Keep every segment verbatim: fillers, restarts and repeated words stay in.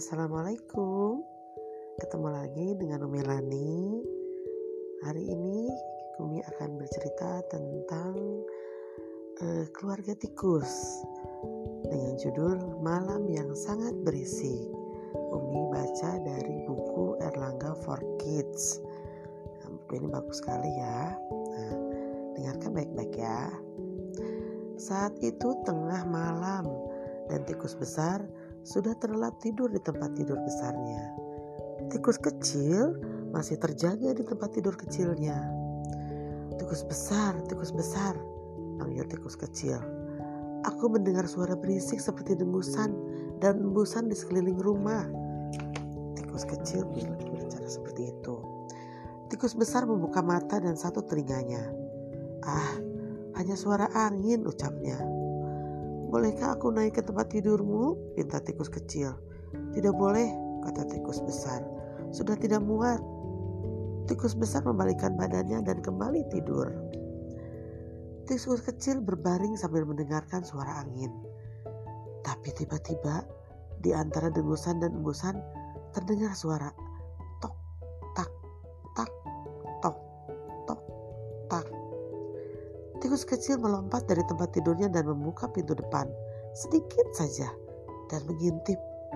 Assalamualaikum. Ketemu lagi dengan Umi Lani. Hari ini Umi akan bercerita tentang uh, keluarga tikus dengan judul Malam yang Sangat Berisik. Umi baca dari buku Erlangga for Kids. Nah, buku ini bagus sekali ya. Nah, dengarkan baik-baik ya. Saat itu tengah malam dan tikus besar sudah terlelap tidur di tempat tidur besarnya. Tikus kecil masih terjaga di tempat tidur kecilnya. Tikus besar, tikus besar, panggil tikus kecil. Aku mendengar suara berisik seperti dengusan dan embusan di sekeliling rumah. Tikus kecil berbicara seperti itu. Tikus besar membuka mata dan satu telinganya. Ah, hanya suara angin, ucapnya. Bolehkah aku naik ke tempat tidurmu? Pinta tikus kecil. Tidak boleh, kata tikus besar. Sudah tidak muat. Tikus besar membalikkan badannya dan kembali tidur. Tikus kecil berbaring sambil mendengarkan suara angin. Tapi tiba-tiba di antara dengusan dan embusan terdengar suara tok, tak, tak, tok, tok, tak. Tikus kecil melompat dari tempat tidurnya dan membuka pintu depan sedikit saja dan mengintip.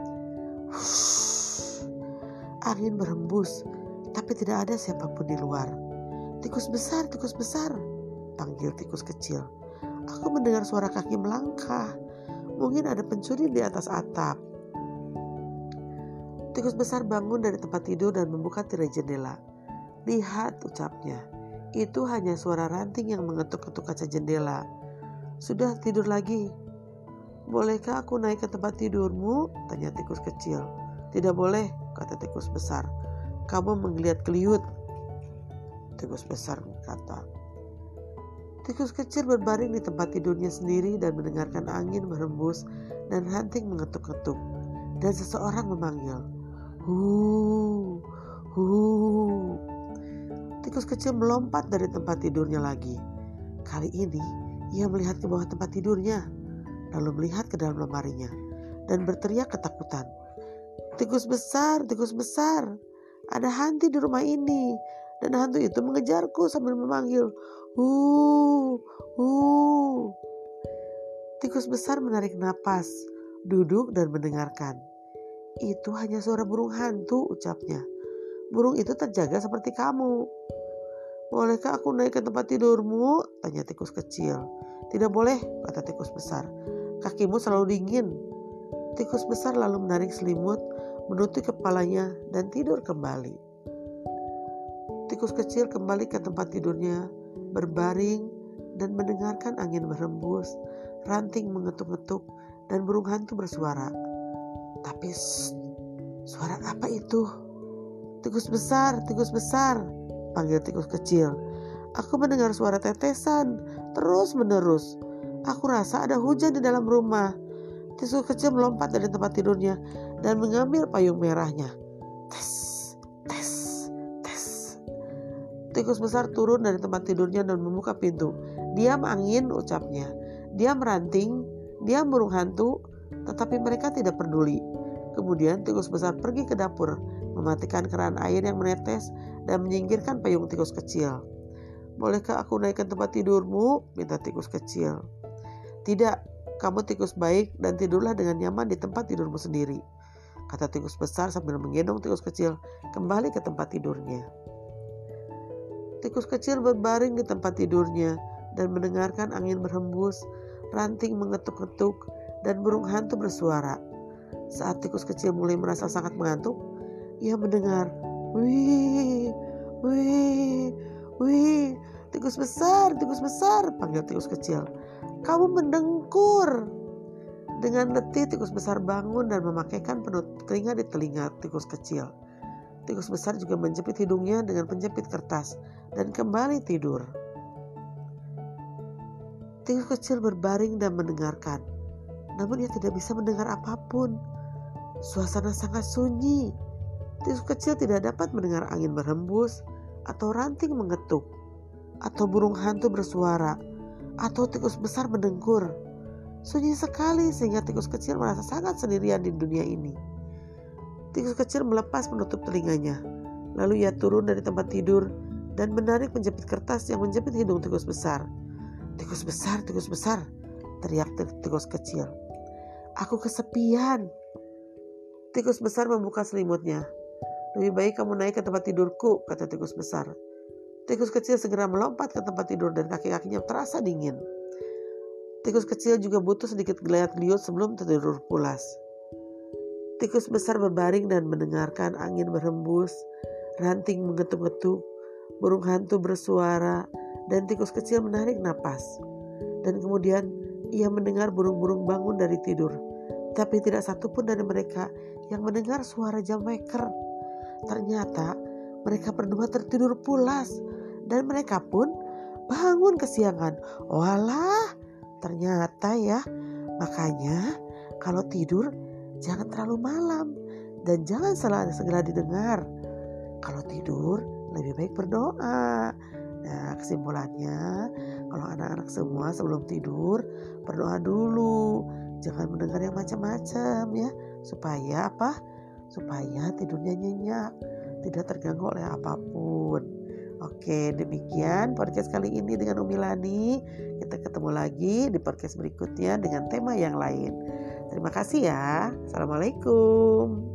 Hush. Angin berhembus, tapi tidak ada siapapun di luar. Tikus besar, tikus besar, panggil tikus kecil. Aku mendengar suara kaki melangkah. Mungkin ada pencuri di atas atap. Tikus besar bangun dari tempat tidur dan membuka tirai jendela. Lihat, ucapnya. Itu hanya suara ranting yang mengetuk-ketuk kaca jendela. Sudah tidur lagi. Bolehkah aku naik ke tempat tidurmu? Tanya tikus kecil. Tidak boleh, kata tikus besar. Kamu menggeliat keliut. Tikus besar berkata. Tikus kecil berbaring di tempat tidurnya sendiri dan mendengarkan angin berhembus dan ranting mengetuk-ketuk. Dan seseorang memanggil. Hu, hu. Tikus kecil melompat dari tempat tidurnya lagi. Kali ini ia melihat ke bawah tempat tidurnya, lalu melihat ke dalam lemarinya dan berteriak ketakutan. Tikus besar, tikus besar, ada hantu di rumah ini dan hantu itu mengejarku sambil memanggil, hu, hu. Tikus besar menarik napas, duduk dan mendengarkan. Itu hanya suara burung hantu, ucapnya. Burung itu terjaga seperti kamu. Bolehkah aku naik ke tempat tidurmu? Tanya tikus kecil. Tidak boleh, kata tikus besar. Kakimu selalu dingin. Tikus besar lalu menarik selimut, menutup kepalanya dan tidur kembali. Tikus kecil kembali ke tempat tidurnya, berbaring dan mendengarkan angin berhembus, ranting mengetuk-ngetuk dan burung hantu bersuara. Tapi shh, suara apa itu? Tikus besar, tikus besar, panggil tikus kecil. Aku mendengar suara tetesan terus menerus. Aku rasa ada hujan di dalam rumah. Tikus kecil melompat dari tempat tidurnya dan mengambil payung merahnya. Tes, tes, tes. Tikus besar turun dari tempat tidurnya dan membuka pintu. Diam angin, ucapnya. Diam ranting, diam burung hantu. Tetapi mereka tidak peduli. Kemudian tikus besar pergi ke dapur, mematikan keran air yang menetes dan menyingkirkan payung tikus kecil. Bolehkah aku naik ke tempat tidurmu? Minta tikus kecil. Tidak, kamu tikus baik dan tidurlah dengan nyaman di tempat tidurmu sendiri, kata tikus besar sambil menggendong tikus kecil kembali ke tempat tidurnya. Tikus kecil berbaring di tempat tidurnya dan mendengarkan angin berhembus, ranting mengetuk-ketuk dan burung hantu bersuara. Saat tikus kecil mulai merasa sangat mengantuk, ia mendengar, wih, wih, wih, tikus besar, tikus besar, panggil tikus kecil. Kamu mendengkur. Dengan letih tikus besar bangun dan memakaikan penutup telinga di telinga tikus kecil. Tikus besar juga menjepit hidungnya dengan penjepit kertas dan kembali tidur. Tikus kecil berbaring dan mendengarkan, namun ia tidak bisa mendengar apapun. Suasana sangat sunyi. Tikus kecil tidak dapat mendengar angin berhembus, atau ranting mengetuk, atau burung hantu bersuara, atau tikus besar mendengkur. Sunyi sekali sehingga tikus kecil merasa sangat sendirian di dunia ini. Tikus kecil melepas penutup telinganya. Lalu ia turun dari tempat tidur dan menarik penjepit kertas yang menjepit hidung tikus besar. "Tikus besar, tikus besar," teriak tikus kecil. "Aku kesepian." Tikus besar membuka selimutnya. "Lebih baik kamu naik ke tempat tidurku," kata tikus besar. Tikus kecil segera melompat ke tempat tidur dan kaki-kakinya terasa dingin. Tikus kecil juga butuh sedikit geliat-geliut sebelum tertidur pulas. Tikus besar berbaring dan mendengarkan angin berhembus, ranting menggetuk-getuk, burung hantu bersuara, dan tikus kecil menarik napas. Dan kemudian ia mendengar burung-burung bangun dari tidur. Tapi tidak satu pun dari mereka yang mendengar suara jam weker. Ternyata mereka berdua tertidur pulas dan mereka pun bangun kesiangan. Walah, ternyata ya. Makanya kalau tidur jangan terlalu malam dan jangan salah segera didengar. Kalau tidur lebih baik berdoa. Nah, kesimpulannya, kalau anak-anak semua sebelum tidur berdoa dulu. Jangan mendengar yang macam-macam ya, supaya apa? Supaya tidurnya nyenyak, tidak terganggu oleh apapun. Oke, demikian podcast kali ini dengan Umi Lani. Kita ketemu lagi di podcast berikutnya dengan tema yang lain. Terima kasih ya. Assalamualaikum.